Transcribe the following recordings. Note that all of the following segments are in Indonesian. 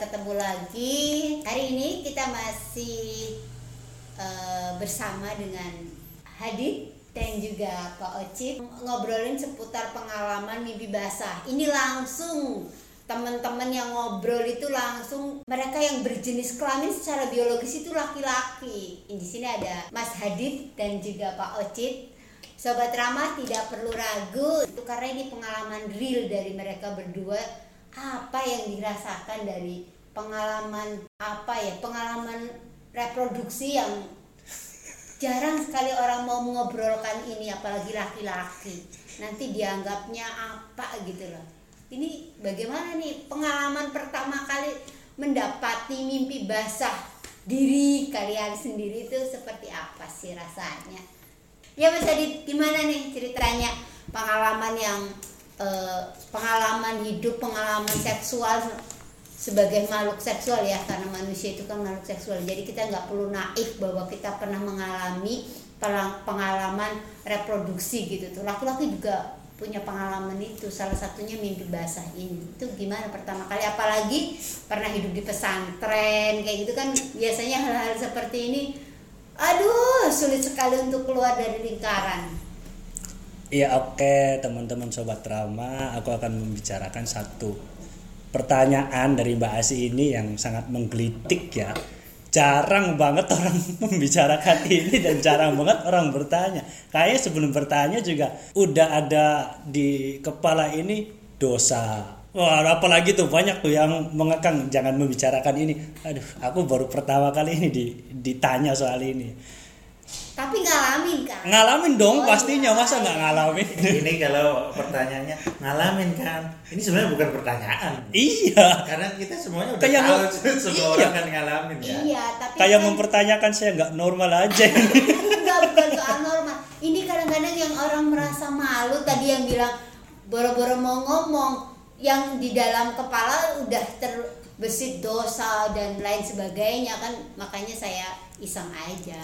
ketemu lagi. Hari ini kita masih bersama dengan Hadid dan juga Pak Ocit ngobrolin seputar pengalaman mimpi basah. Ini langsung teman-teman yang ngobrol itu langsung mereka yang berjenis kelamin secara biologis itu laki-laki. Di sini ada Mas Hadid dan juga Pak Ocit. Sobat Ramah tidak perlu ragu itu karena ini pengalaman real dari mereka berdua. Apa yang dirasakan dari pengalaman pengalaman reproduksi yang jarang sekali orang mau mengobrolkan ini, apalagi laki-laki. Nanti dianggapnya apa gitu loh. Ini bagaimana nih pengalaman pertama kali mendapati mimpi basah diri kalian sendiri itu seperti apa sih rasanya? Ya Mas Adit, gimana nih ceritanya pengalaman yang pengalaman hidup, pengalaman seksual sebagai makhluk seksual ya, karena manusia itu kan makhluk seksual. Jadi kita nggak perlu naif bahwa kita pernah mengalami pengalaman reproduksi gitu tuh. Laki-laki juga punya pengalaman itu, salah satunya mimpi basah ini. Itu gimana pertama kali, apalagi pernah hidup di pesantren kayak gitu kan, biasanya hal-hal seperti ini aduh sulit sekali untuk keluar dari lingkaran. Iya, oke teman-teman Sobat Rama, aku akan membicarakan satu pertanyaan dari Mbak Asi ini yang sangat menggelitik ya. Jarang banget orang membicarakan ini dan jarang banget orang bertanya. Kayaknya sebelum bertanya juga udah ada di kepala ini dosa. Wah, apalagi tuh banyak tuh yang mengekang jangan membicarakan ini. Aduh, aku baru pertama kali ini ditanya soal ini. Tapi ngalamin kan? Ngalamin dong, pastinya. Iya. Masa nggak ngalamin? Ini kalau pertanyaannya ngalamin kan? Ini sebenarnya bukan pertanyaan. Iya. Karena kita semuanya udah Kayak tahu semua iya. orang kan ngalamin ya. Iya, tapi Kayak kan mempertanyakan saya nggak normal aja. bukan soal normal. Ini kadang-kadang yang orang merasa malu, tadi yang bilang boro-boro mau ngomong, yang di dalam kepala udah terbesit dosa dan lain sebagainya kan, makanya saya iseng aja.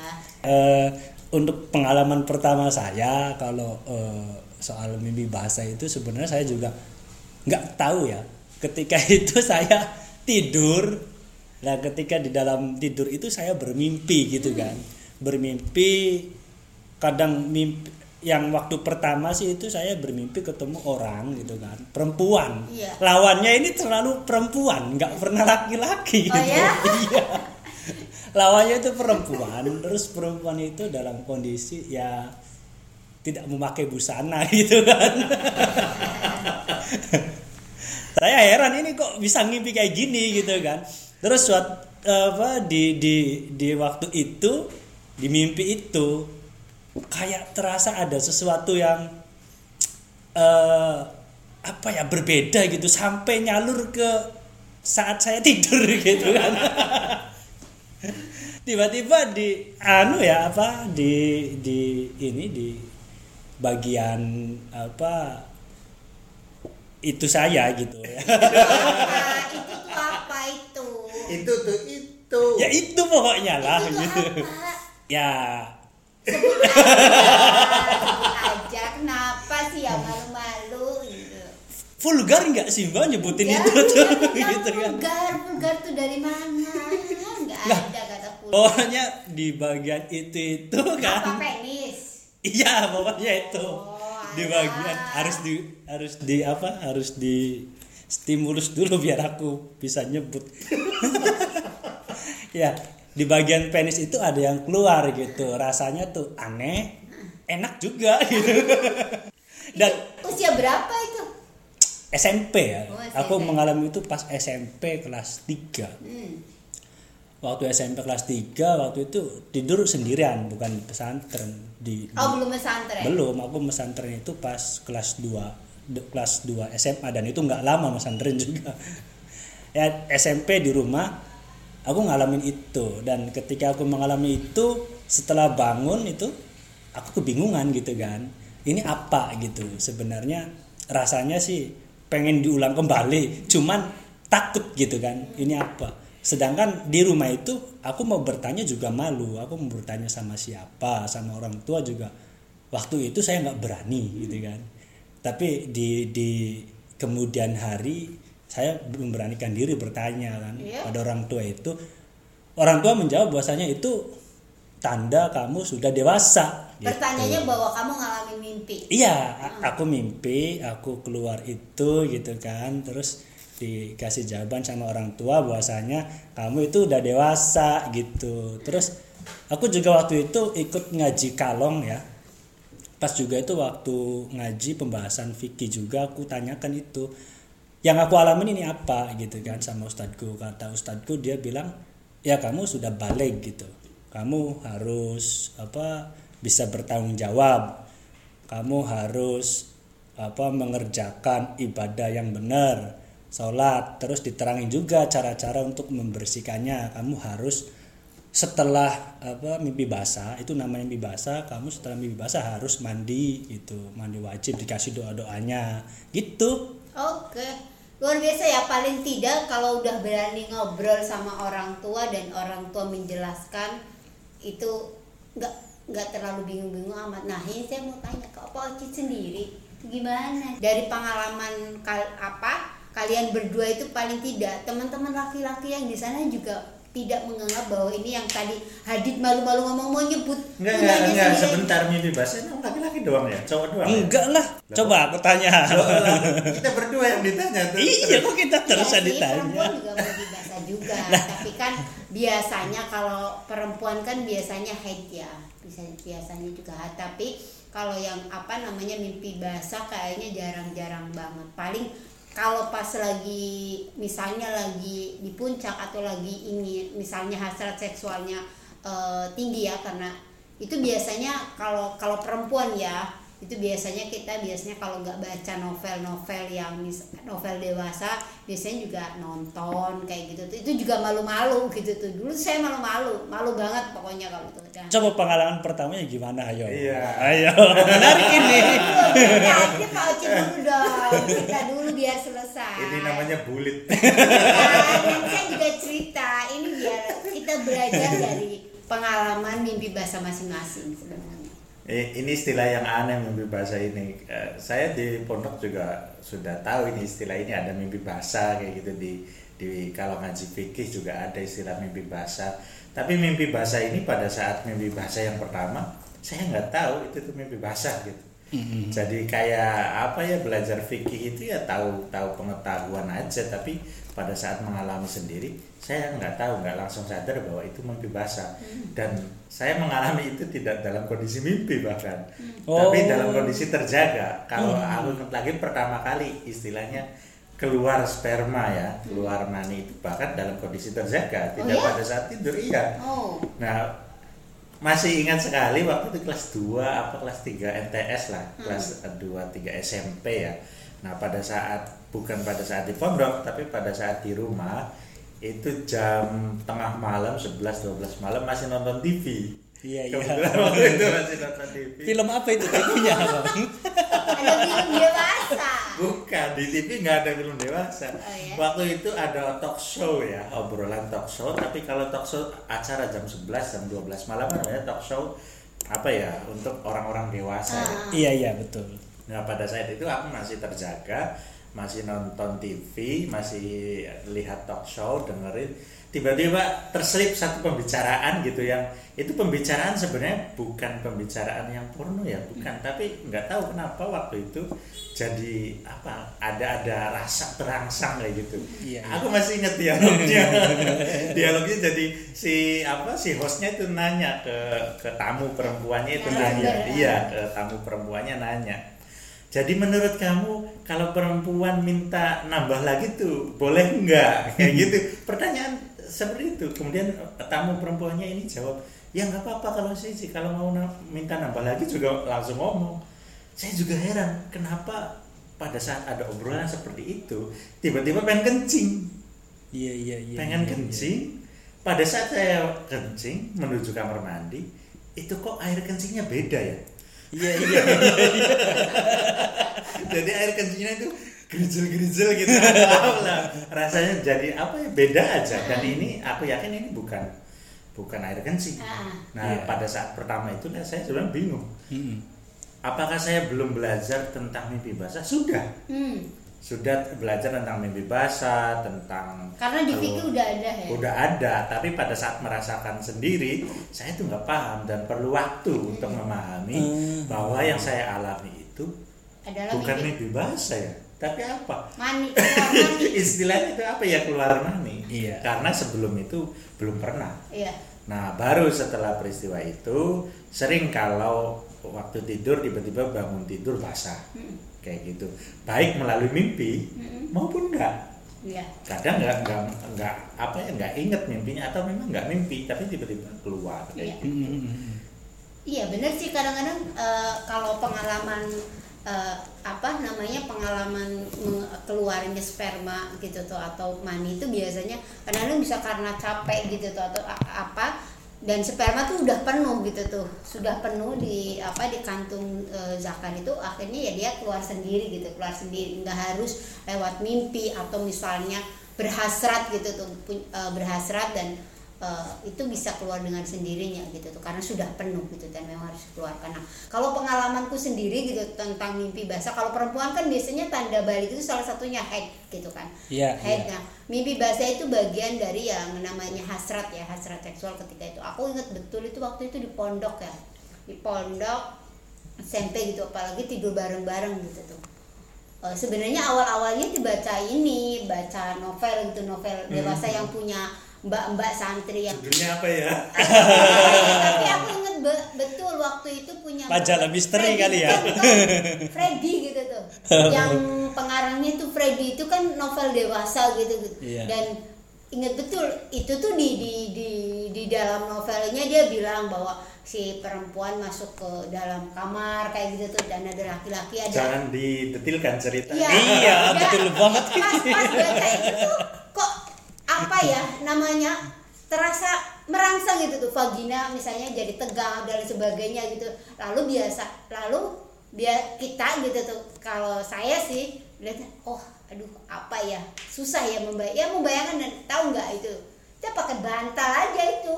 Untuk pengalaman pertama saya kalau soal mimpi basah itu sebenarnya saya juga nggak tahu ya. Ketika itu saya tidur, nah ketika di dalam tidur itu saya bermimpi gitu kan, bermimpi. Kadang mimpi yang waktu pertama sih itu saya bermimpi ketemu orang gitu kan, perempuan. Iya. Lawannya ini terlalu perempuan, nggak pernah laki-laki Oh gitu. ya? Iya. Lawannya itu perempuan, terus perempuan itu dalam kondisi ya tidak memakai busana gitu kan. Saya heran ini kok bisa ngimpi kayak gini gitu kan. Terus di waktu itu, di mimpi itu kayak terasa ada sesuatu yang berbeda gitu sampai nyalur ke saat saya tidur gitu kan. Tiba-tiba di bagian itu saya gitu ya. Itu tuh apa itu? Itu. Ya itu pokoknya lah Itu gitu. apa? Ya Sebut aja, kenapa sih ya malu-malu gitu. vulgar nggak sih Mbak nyebutin Ya, itu tuh ya, gitu kan. Vulgar tuh dari mana? Nggak ada kata vulgar. Pokoknya di bagian itu Apa kan. penis? Iya, pokoknya itu. Oh, Di bagian harus di stimulus dulu biar aku bisa nyebut. Ya, di bagian penis itu ada yang keluar gitu. Rasanya tuh aneh, enak juga gitu. Dan Usia berapa itu? SMP ya. Oh, SMP. Aku mengalami itu pas SMP kelas 3. Waktu SMP kelas 3 waktu itu tidur sendirian, bukan di pesantren Belum pesantren. Belum, aku pesantren itu pas kelas 2 SMA dan itu nggak lama pesantren juga. Ya SMP di rumah aku ngalamin itu, dan ketika aku mengalami itu setelah bangun itu aku kebingungan gitu kan. Ini apa gitu. Sebenarnya rasanya sih pengen diulang kembali, cuman takut gitu kan. Ini apa? Sedangkan di rumah itu aku mau bertanya juga malu. Aku mau bertanya sama siapa, sama orang tua juga. Waktu itu saya nggak berani gitu kan. Tapi di kemudian hari saya memberanikan diri bertanya kan Iya. pada orang tua itu. Orang tua menjawab bahwasanya itu tanda kamu sudah dewasa. Pertanyaannya gitu. bahwa kamu ngalamin mimpi. Iya, aku mimpi, aku keluar itu gitu kan. Terus dikasih jawaban sama orang tua bahwasanya kamu itu udah dewasa gitu. Terus aku juga waktu itu ikut ngaji kalong ya. Pas juga itu waktu ngaji pembahasan fikih juga aku tanyakan itu. Yang aku alamin ini apa gitu kan sama ustadku. Kata ustadku dia bilang, "Ya kamu sudah balik gitu. Kamu harus bisa bertanggung jawab. Kamu harus mengerjakan ibadah yang benar, sholat, terus diterangin juga cara-cara untuk membersihkannya. Kamu harus setelah mimpi basah, itu namanya mimpi basah, kamu setelah mimpi basah harus mandi gitu, mandi wajib, dikasih doa-doanya gitu." Oke. Luar biasa ya, paling tidak kalau udah berani ngobrol sama orang tua dan orang tua menjelaskan itu nggak terlalu bingung-bingung amat. Nah ini saya mau tanya ke Pak Ocit sendiri, gimana dari pengalaman kalian berdua itu, paling tidak teman-teman laki-laki yang di sana juga tidak menganggap bahwa ini yang tadi Hadid malu-malu ngomong mau nyebut Enggak, sebentar, mimpi basah emang laki-laki doang ya? Cowok doang? Enggak lah, coba aku tanya. Kita berdua yang ditanya tuh. Iya, kok kita terus Iya sih, ditanya. perempuan juga mimpi basah juga. Tapi kan biasanya kalau perempuan kan biasanya haid ya, biasanya juga haid. Tapi kalau yang mimpi basah kayaknya jarang-jarang banget. Paling kalau pas lagi misalnya lagi di puncak atau lagi ini misalnya hasrat seksualnya tinggi ya, karena itu biasanya kalau perempuan ya, itu biasanya kalau nggak baca novel-novel yang novel dewasa, biasanya juga nonton kayak gitu tuh, itu juga malu-malu gitu tuh. Dulu saya malu banget pokoknya kalau itu. Coba pengalaman pertamanya gimana, ayo? Iya. Ayo, menarik ini. Nanti Pak Ocit dulu dong, kita dulu biar selesai. Ini namanya bulit. Nanti saya juga cerita, ini biar kita belajar dari pengalaman mimpi basah masing-masing sebenarnya. Ini istilah yang aneh, mimpi basah ini. Saya di pondok juga sudah tahu ini istilah ini, ada mimpi basah kayak gitu. Di kalau ngaji fikih juga ada istilah mimpi basah. Tapi mimpi basah ini pada saat mimpi basah yang pertama, saya nggak tahu itu tuh mimpi basah gitu. Jadi kayak belajar fikih itu ya tahu pengetahuan aja, tapi pada saat mengalami sendiri saya nggak langsung sadar bahwa itu mimpi basah. Dan saya mengalami itu tidak dalam kondisi mimpi bahkan, tapi dalam kondisi terjaga. Kalau aku lagi pertama kali istilahnya keluar sperma ya, keluar mani itu bahkan dalam kondisi terjaga, tidak pada saat tidur. Iya. Nah, masih ingat sekali waktu itu kelas 2 apa kelas 3 MTS lah, kelas 2 3 SMP ya. Nah, pada saat pada saat di pondok, tapi pada saat di rumah itu jam tengah malam, 11-12 malam masih nonton TV. Iya. Waktu itu masih nonton TV. Film apa itu TV-nya, Bang? Ada film dewasa. Bukan, di TV nggak ada film dewasa. Ya? Waktu itu ada talk show ya, obrolan talk show. Tapi kalau talk show acara jam 11, jam 12 malam namanya talk show untuk orang-orang dewasa. Ya. Iya, betul. Nah, pada saat itu aku masih terjaga, masih nonton TV, masih lihat talk show, dengerin. Tiba-tiba terselip satu pembicaraan gitu, yang itu pembicaraan sebenarnya bukan pembicaraan yang porno ya, bukan, tapi nggak tahu kenapa waktu itu jadi ada rasa terangsang kayak gitu. Iya. Aku masih ingat dialognya jadi si hostnya itu nanya ke tamu perempuannya itu ke tamu perempuannya nanya, jadi menurut kamu kalau perempuan minta nambah lagi tuh boleh nggak, kayak gitu, pertanyaan seperti itu. Kemudian tamu perempuannya ini jawab, ya nggak apa-apa kalau kalau mau minta nambah lagi juga langsung ngomong. Saya juga heran kenapa pada saat ada obrolan seperti itu tiba-tiba pengen kencing. Iya. Pengen kencing. Pada saat saya kencing menuju kamar mandi, itu kok air kencingnya beda ya? Iya. Jadi air kencingnya itu gerijil gitu lah. Rasanya jadi beda aja. Dan ini aku yakin ini bukan air kencing. Nah, pada saat pertama itu saya sebenarnya bingung. Apakah saya belum belajar tentang mimpi basah? Sudah. sudah belajar tentang mimpi basah, tentang Karena di fikih udah ada ya. Udah ada, tapi pada saat merasakan sendiri, saya tuh nggak paham dan perlu waktu untuk memahami bahwa yang saya alami itu Adalah bukan mimpi basah ya, tapi apa? Mani. Istilahnya itu apa ya, keluar mani. Iya. Karena sebelum itu belum pernah. Iya. Nah, baru setelah peristiwa itu sering kalau waktu tidur tiba-tiba bangun tidur basah. Kayak gitu. Baik melalui mimpi maupun enggak. Iya. Kadang enggak apa ya, enggak inget mimpinya atau memang enggak mimpi tapi tiba-tiba keluar kayak Iya. gitu. Iya benar sih, kadang-kadang kalau pengalaman pengalaman keluarnya sperma gitu tuh atau mani itu biasanya kadang-kadang bisa karena capek gitu tuh atau dan sperma tuh udah penuh gitu tuh, sudah penuh di kantung zakar itu, akhirnya ya dia keluar sendiri, nggak harus lewat mimpi atau misalnya berhasrat gitu tuh, berhasrat dan itu bisa keluar dengan sendirinya gitu tuh, karena sudah penuh gitu dan memang harus dikeluarkan. Nah, kalau pengalamanku sendiri gitu tentang mimpi basah, kalau perempuan kan biasanya tanda balik itu salah satunya head gitu kan. Iya, Head. iya. Nah, mimpi basah itu bagian dari yang namanya hasrat ya, hasrat seksual ketika itu. Aku ingat betul itu waktu itu di pondok ya. Di pondok SMP gitu, apalagi tidur bareng-bareng gitu tuh. Sebenarnya awal-awalnya baca novel gitu, novel dewasa yang punya mbak-mbak santri yang Judulnya apa ya? tapi aku inget betul waktu itu punya Majalah misteri Freddy, kali ya. bukan, Freddy gitu tuh yang pengarangnya tuh Freddy itu kan novel dewasa gitu. Iya. Dan inget betul itu tuh di dalam novelnya dia bilang bahwa si perempuan masuk ke dalam kamar kayak gitu tuh, dan ada laki-laki ada. Jangan didetilkan ceritanya. Iya, betul banget. Pas baca itu tuh kok apa ya namanya, terasa merangsang gitu tuh, vagina misalnya jadi tegang dan sebagainya gitu. Lalu kita gitu tuh, kalau saya sih lihatnya, oh aduh apa ya, susah ya membayangkan, dan tahu nggak itu kita pakai bantal aja itu.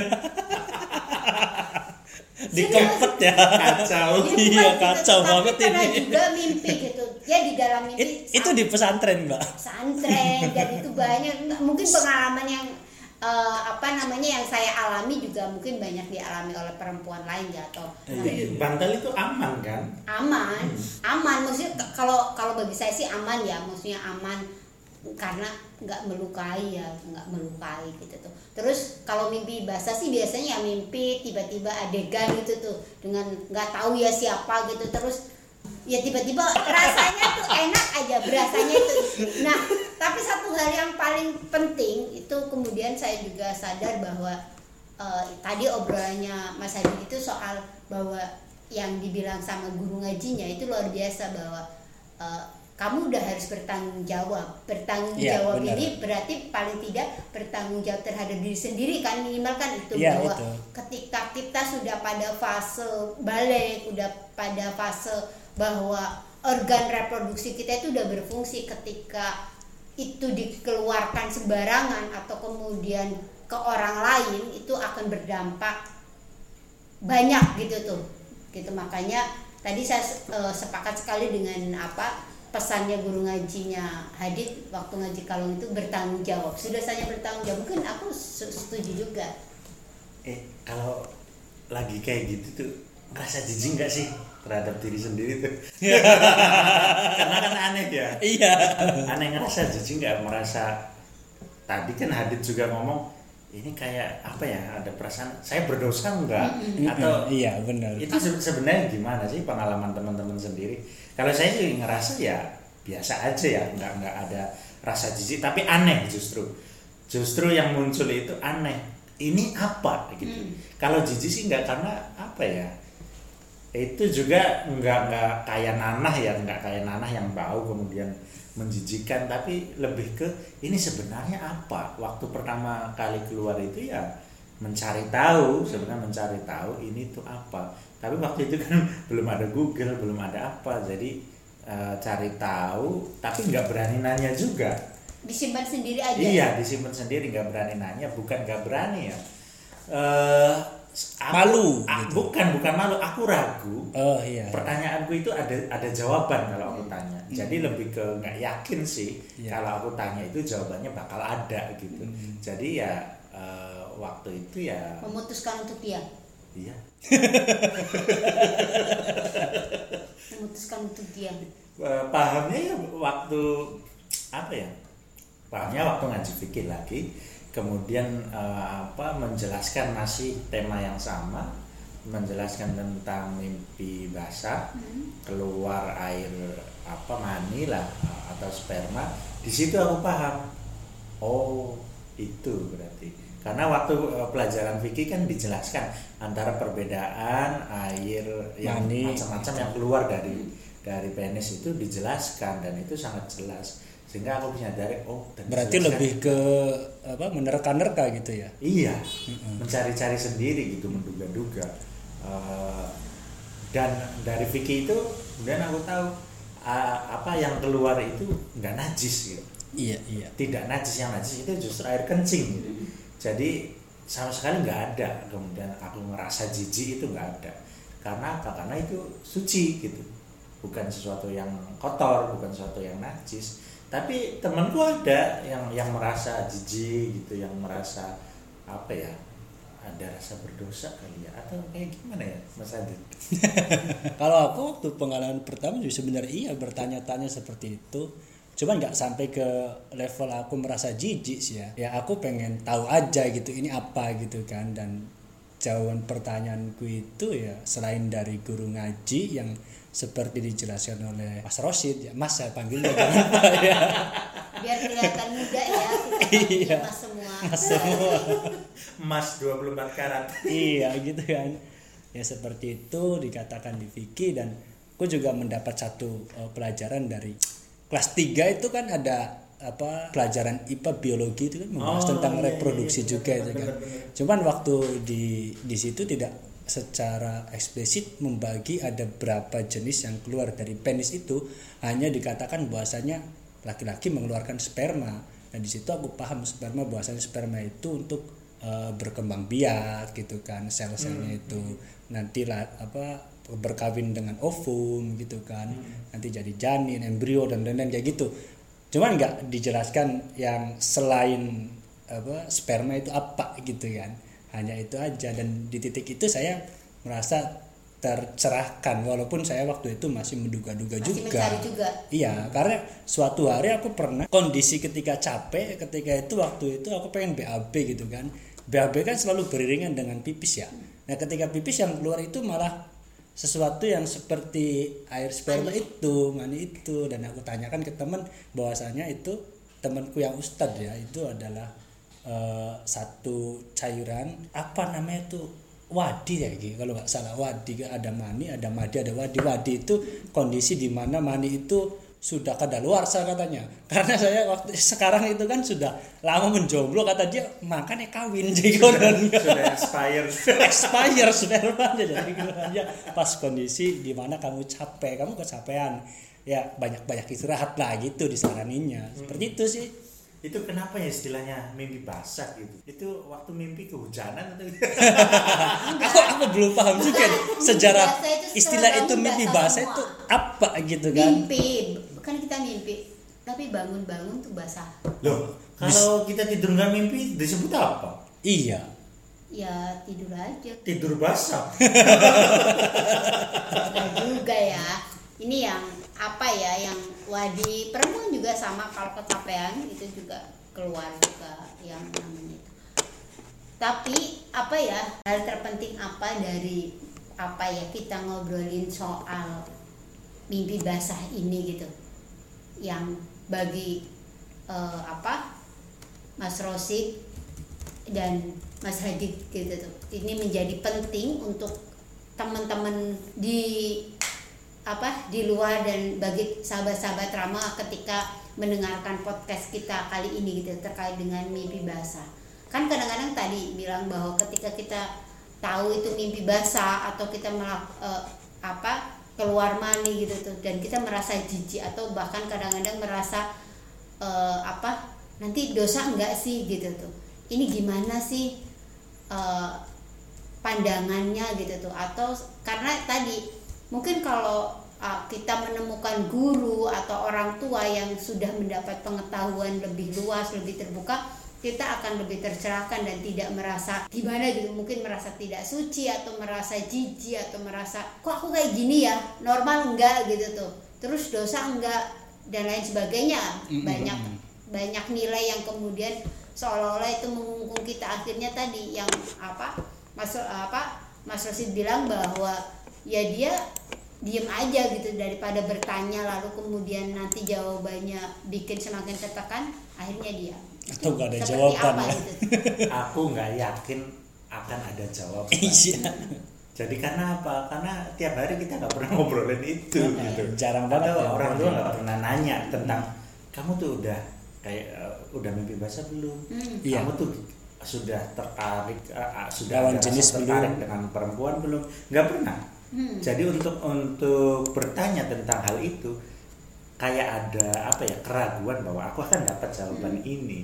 Dikempet ya. Kacau. Iya, kacau banget pernah ini. juga mimpi gitu, dia di dalam mimpi Itu di pesantren, Mbak. pesantren, dan itu banyak, mungkin pengalaman yang yang saya alami juga mungkin banyak dialami oleh perempuan lain ya, atau Tapi bantal itu aman kan? aman maksudnya kalau bagi saya sih aman ya, maksudnya aman karena nggak melukai gitu tuh. Terus kalau mimpi basah sih biasanya ya mimpi tiba-tiba adegan gitu tuh dengan nggak tahu ya siapa gitu, terus ya tiba-tiba rasanya tuh enak aja, berasanya itu. Nah, tapi satu hal yang paling penting itu kemudian saya juga sadar bahwa tadi obrolannya Mas Hadi itu soal bahwa yang dibilang sama guru ngajinya itu luar biasa, bahwa kamu udah harus bertanggung jawab. Bertanggung jawab benar. ini berarti paling tidak bertanggung jawab terhadap diri sendiri kan, minimal kan itu, bahwa itu. ketika kita sudah pada fase balik, udah pada fase bahwa organ reproduksi kita itu udah berfungsi, ketika itu dikeluarkan sembarangan atau kemudian ke orang lain itu akan berdampak banyak gitu tuh. Gitu, makanya tadi saya sepakat sekali dengan pesannya guru ngajinya Hadid waktu ngaji kalong itu, bertanggung jawab. Sudah saya bertanggung jawab, mungkin aku setuju juga. Kalau lagi kayak gitu tuh ngerasa jijik nggak sih terhadap diri sendiri tuh? Karena kan aneh ya. Iya. Aneh, ngerasa jijik nggak, merasa tadi kan Hadid juga ngomong ini kayak apa ya, ada perasaan saya berdosa enggak, atau iya benar. itu sebenarnya gimana sih pengalaman teman-teman sendiri? Kalau saya sih ngerasa ya biasa aja ya, nggak ada rasa jijik, tapi aneh justru yang muncul itu aneh, ini apa gitu. Kalau jijik sih nggak, karena apa ya, itu juga nggak kayak nanah ya, nggak kayak nanah yang bau kemudian menjijikan, tapi lebih ke ini sebenarnya apa. Waktu pertama kali keluar itu ya mencari tahu, sebenarnya mencari tahu ini tuh apa. Tapi waktu itu kan belum ada Google, belum ada apa, jadi cari tahu tapi nggak berani nanya juga. Disimpan sendiri aja. Iya, disimpan sendiri, nggak berani nanya, bukan nggak berani ya. malu gitu. Bukan malu, aku ragu. Oh iya. Pertanyaanku itu ada jawaban kalau aku tanya. Jadi lebih ke nggak yakin sih. Kalau aku tanya itu jawabannya bakal ada gitu. Jadi ya waktu itu ya memutuskan untuk diam. Iya. Memutuskan untuk diam. Pahamnya ya waktu apa ya? Pahamnya waktu ngaji fikih lagi. Kemudian menjelaskan masih tema yang sama, menjelaskan tentang mimpi basah, keluar air mani lah atau sperma. Di situ aku paham. Oh, itu berarti. Karena waktu pelajaran fikih kan dijelaskan antara perbedaan air yang macam-macam yang keluar dari penis itu dijelaskan dan itu sangat jelas. Sehingga aku menyadari berarti lebih ke menerka-nerka gitu ya. Iya. Mencari-cari sendiri gitu, menduga-duga. Dan dari fikih itu kemudian aku tahu apa yang keluar itu enggak najis gitu. Iya. Tidak najis, yang najis itu justru air kencing gitu. Jadi sama sekali enggak ada. Kemudian aku ngerasa jijik itu enggak ada. Karena apa? Karena itu suci gitu. Bukan sesuatu yang kotor, bukan sesuatu yang najis. Tapi temanku ada yang merasa jijik gitu, yang merasa ada rasa berdosa kali ya, atau kayak gimana ya Mas Adit? Kalau aku waktu pengalaman pertama juga sebenarnya iya bertanya-tanya seperti itu, cuman nggak sampai ke level aku merasa jijik sih ya. Ya aku pengen tahu aja gitu ini apa gitu kan, dan jawaban pertanyaanku itu ya selain dari guru ngaji yang seperti dijelaskan oleh Mas Rosid ya, Mas saya panggilnya jangan Pak ya. Biar kelihatan muda ya, kita Mas semua. Mas 24 karat. Iya gitu kan. Ya seperti itu dikatakan di fikih, dan aku juga mendapat satu pelajaran dari kelas 3 itu kan ada pelajaran IPA biologi itu kan membahas tentang reproduksi juga itu kan. Cuman waktu di situ tidak secara eksplisit membagi ada berapa jenis yang keluar dari penis itu, hanya dikatakan bahwasanya laki-laki mengeluarkan sperma. Nah di situ aku paham sperma, bahwasanya sperma itu untuk berkembang biak gitu kan, sel-selnya itu nanti berkawin dengan ovum gitu kan, nanti jadi janin, embrio dan lain-lain kayak gitu. Cuman nggak dijelaskan yang selain sperma itu apa gitu kan. Hanya itu aja, dan di titik itu saya merasa tercerahkan walaupun saya waktu itu masih menduga-duga juga. Mencari juga. Iya, karena suatu hari aku pernah kondisi ketika capek, ketika itu waktu itu aku pengen BAB gitu kan. BAB kan selalu beriringan dengan pipis ya. Nah, ketika pipis yang keluar itu malah sesuatu yang seperti air sperma itu, mani itu, dan aku tanyakan ke teman bahwasanya itu temanku yang ustadz ya, itu adalah satu cairan apa namanya itu wadi ya gitu, kalau nggak salah wadi, ada mani, ada madi, ada wadi. Wadi itu kondisi di mana mani itu sudah kadaluarsa katanya, karena saya waktu sekarang itu kan sudah lama menjomblo, kata dia makanya kawin jadi sudah expire sperma jadi aja pas kondisi di mana kamu capek, kamu kecapean ya, banyak istirahat lah gitu disaraninnya. Seperti itu sih. Itu kenapa ya istilahnya mimpi basah gitu? Itu waktu mimpi kehujanan atau aku belum paham juga sejarah istilah itu mimpi basah itu apa gitu kan. Mimpi, kan kita mimpi tapi bangun-bangun tuh basah. Loh, kalau kita tidur nggak mimpi disebut apa? Iya. Ya tidur aja. Tidur basah. Nah juga ya. Ini yang yang wadi perempuan juga sama, kalau kecapean itu juga keluar juga yang namanya itu. Tapi hal terpenting dari kita ngobrolin soal mimpi basah ini gitu, yang bagi Mas Rosid dan Mas Hadid gitu tuh, ini menjadi penting untuk teman-teman di luar dan bagi sahabat-sahabat Rama ketika mendengarkan podcast kita kali ini gitu terkait dengan mimpi basah. Kan kadang-kadang tadi bilang bahwa ketika kita tahu itu mimpi basah atau kita keluar mani gitu tuh, dan kita merasa jijik atau bahkan kadang-kadang merasa nanti dosa enggak sih gitu tuh. Ini gimana sih pandangannya gitu tuh, atau karena tadi mungkin kalau kita menemukan guru atau orang tua yang sudah mendapat pengetahuan lebih luas, lebih terbuka, kita akan lebih tercerahkan dan tidak merasa gimana gitu, mungkin merasa tidak suci atau merasa jijik atau merasa kok aku kayak gini ya, normal enggak gitu tuh, terus dosa enggak dan lain sebagainya. Banyak nilai yang kemudian seolah-olah itu mengungkung kita. Akhirnya tadi yang Mas Rosid bilang bahwa ya dia diem aja gitu daripada bertanya lalu kemudian nanti jawabannya bikin semakin tertekan, akhirnya dia atau nggak ada seperti jawaban apa ya? gitu. Aku nggak yakin akan ada jawaban. Iya. Jadi karena apa? Karena tiap hari kita nggak pernah ngobrolin itu gitu. Jarang banget Atau ya, orang tua nggak pernah nanya tentang kamu tuh udah kayak udah mimpi basah belum? Iya. Kamu tuh sudah tertarik sudah Lawan ada jenis rasa tertarik belum? dengan perempuan belum? Nggak pernah. Jadi untuk bertanya tentang hal itu kayak ada keraguan bahwa aku akan dapat jawaban ini.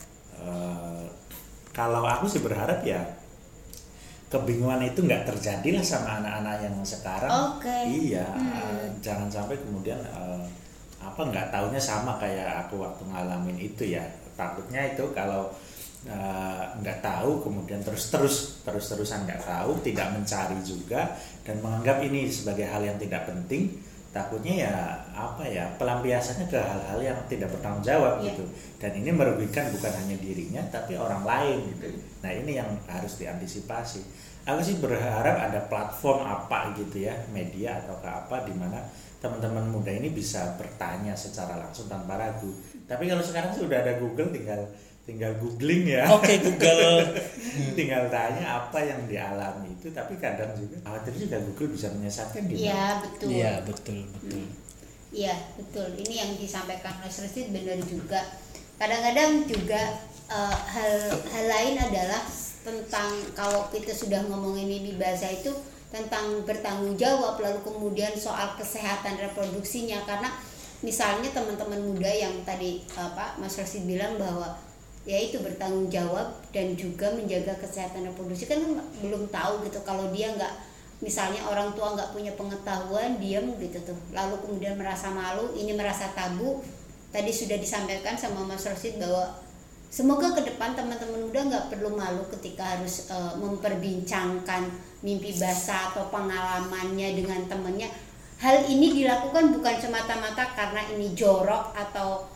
Kalau aku sih berharap ya kebingungan itu nggak terjadilah sama anak-anak yang sekarang. Iya, jangan sampai kemudian nggak taunya sama kayak aku waktu ngalamin itu ya. Takutnya itu kalau nggak tahu kemudian terus-terusan nggak tahu, tidak mencari juga dan menganggap ini sebagai hal yang tidak penting, takutnya ya pelampiasannya ke hal-hal yang tidak bertanggung jawab gitu, dan ini merugikan bukan hanya dirinya tapi orang lain gitu. Nah ini yang harus diantisipasi. Aku sih berharap ada platform apa gitu ya, media atau apa di mana teman-teman muda ini bisa bertanya secara langsung tanpa ragu. Tapi kalau sekarang sudah ada Google, tinggal googling ya. Oke, Google. Tinggal tanya apa yang dialami itu, tapi kadang juga khawatir juga Google bisa menyesatkan di Iya betul. Iya betul. Iya betul. Ini yang disampaikan Mas Rosid benar juga. Kadang-kadang juga hal lain adalah tentang kalau kita sudah ngomongin mimpi basah itu tentang bertanggung jawab, lalu kemudian soal kesehatan reproduksinya. Karena misalnya teman-teman muda yang tadi Mas Rosid bilang bahwa yaitu bertanggung jawab dan juga menjaga kesehatan reproduksi, kan belum tahu gitu kalau dia nggak, misalnya orang tua nggak punya pengetahuan, diam gitu tuh, lalu kemudian merasa malu, ini merasa tabu. Tadi sudah disampaikan sama Mas Rosid bahwa semoga ke depan teman-teman muda nggak perlu malu ketika harus memperbincangkan mimpi basah atau pengalamannya dengan temannya. Hal ini dilakukan bukan semata-mata karena ini jorok atau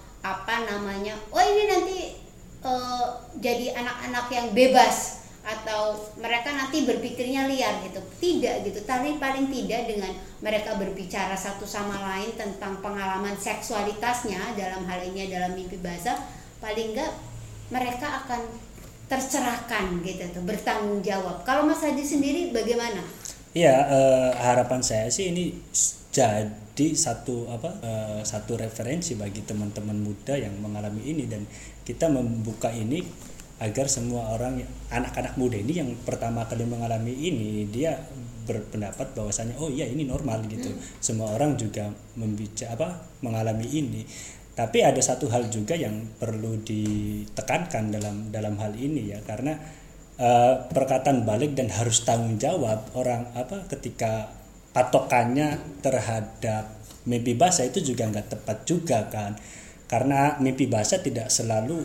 ini nanti jadi anak-anak yang bebas atau mereka nanti berpikirnya liar gitu. Tidak gitu. Tapi paling tidak dengan mereka berbicara satu sama lain tentang pengalaman seksualitasnya, dalam hal ini adalah mimpi basah, paling enggak mereka akan tercerahkan gitu tuh, bertanggung jawab. Kalau Mas Hadi sendiri bagaimana? Iya, harapan saya sih ini jadi satu referensi bagi teman-teman muda yang mengalami ini, dan kita membuka ini agar semua orang, anak-anak muda ini yang pertama kali mengalami ini, dia berpendapat bahwasanya oh iya ini normal gitu. Semua orang juga mengalami ini. Tapi ada satu hal juga yang perlu ditekankan dalam hal ini ya, karena perkataan balik dan harus tanggung jawab orang ketika patokannya terhadap mimpi basah itu juga nggak tepat juga kan, karena mimpi basah tidak selalu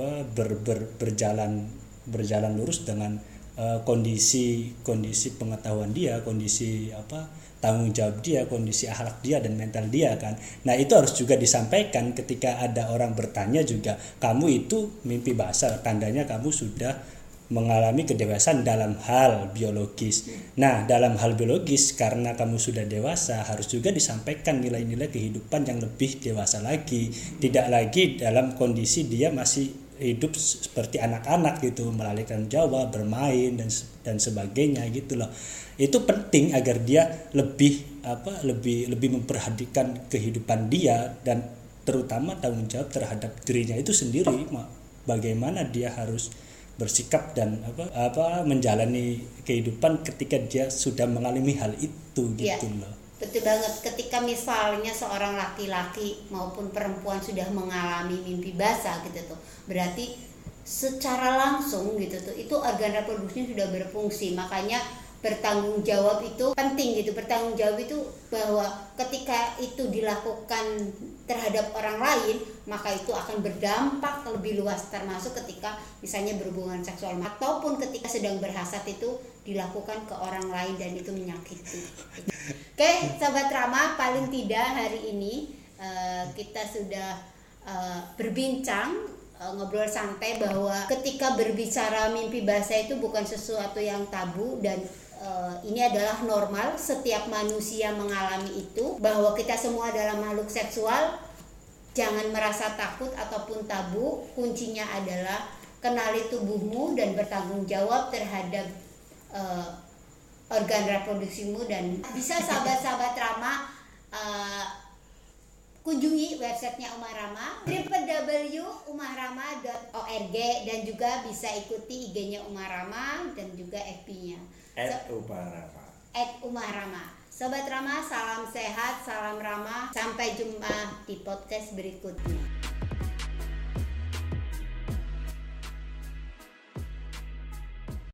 berjalan lurus dengan kondisi pengetahuan dia, kondisi tanggung jawab dia, kondisi akhlak dia dan mental dia kan. Nah itu harus juga disampaikan ketika ada orang bertanya juga, kamu itu mimpi basah, tandanya kamu sudah mengalami kedewasaan dalam hal biologis. Nah dalam hal biologis karena kamu sudah dewasa, harus juga disampaikan nilai-nilai kehidupan yang lebih dewasa lagi, tidak lagi dalam kondisi dia masih hidup seperti anak-anak gitu, melalaikan Jawa, bermain dan sebagainya gitu loh. Itu penting agar dia lebih memperhatikan kehidupan dia dan terutama tanggung jawab terhadap dirinya itu sendiri, bagaimana dia harus bersikap dan menjalani kehidupan ketika dia sudah mengalami hal itu gitu loh. Betul banget. Ketika misalnya seorang laki-laki maupun perempuan sudah mengalami mimpi basah gitu tuh, berarti secara langsung gitu tuh itu organ reproduksinya sudah berfungsi. Makanya bertanggung jawab itu penting gitu. Bertanggung jawab itu bahwa ketika itu dilakukan terhadap orang lain, maka itu akan berdampak lebih luas, termasuk ketika misalnya berhubungan seksual ataupun ketika sedang berhasad itu dilakukan ke orang lain dan itu menyakiti. Oke, Sobat Rama, paling tidak hari ini kita sudah berbincang, ngobrol santai bahwa ketika berbicara mimpi basah itu bukan sesuatu yang tabu dan ini adalah normal, setiap manusia mengalami itu, bahwa kita semua adalah makhluk seksual. Jangan merasa takut ataupun tabu, kuncinya adalah kenali tubuhmu dan bertanggung jawab terhadap organ reproduksimu. Dan bisa sahabat-sahabat Rama kunjungi websitenya Uma Rama, www.umahrama.org, dan juga bisa ikuti IG-nya Uma Rama dan juga FB-nya @umahrama. Sobat Rama, salam sehat, salam ramah, sampai jumpa di podcast berikutnya.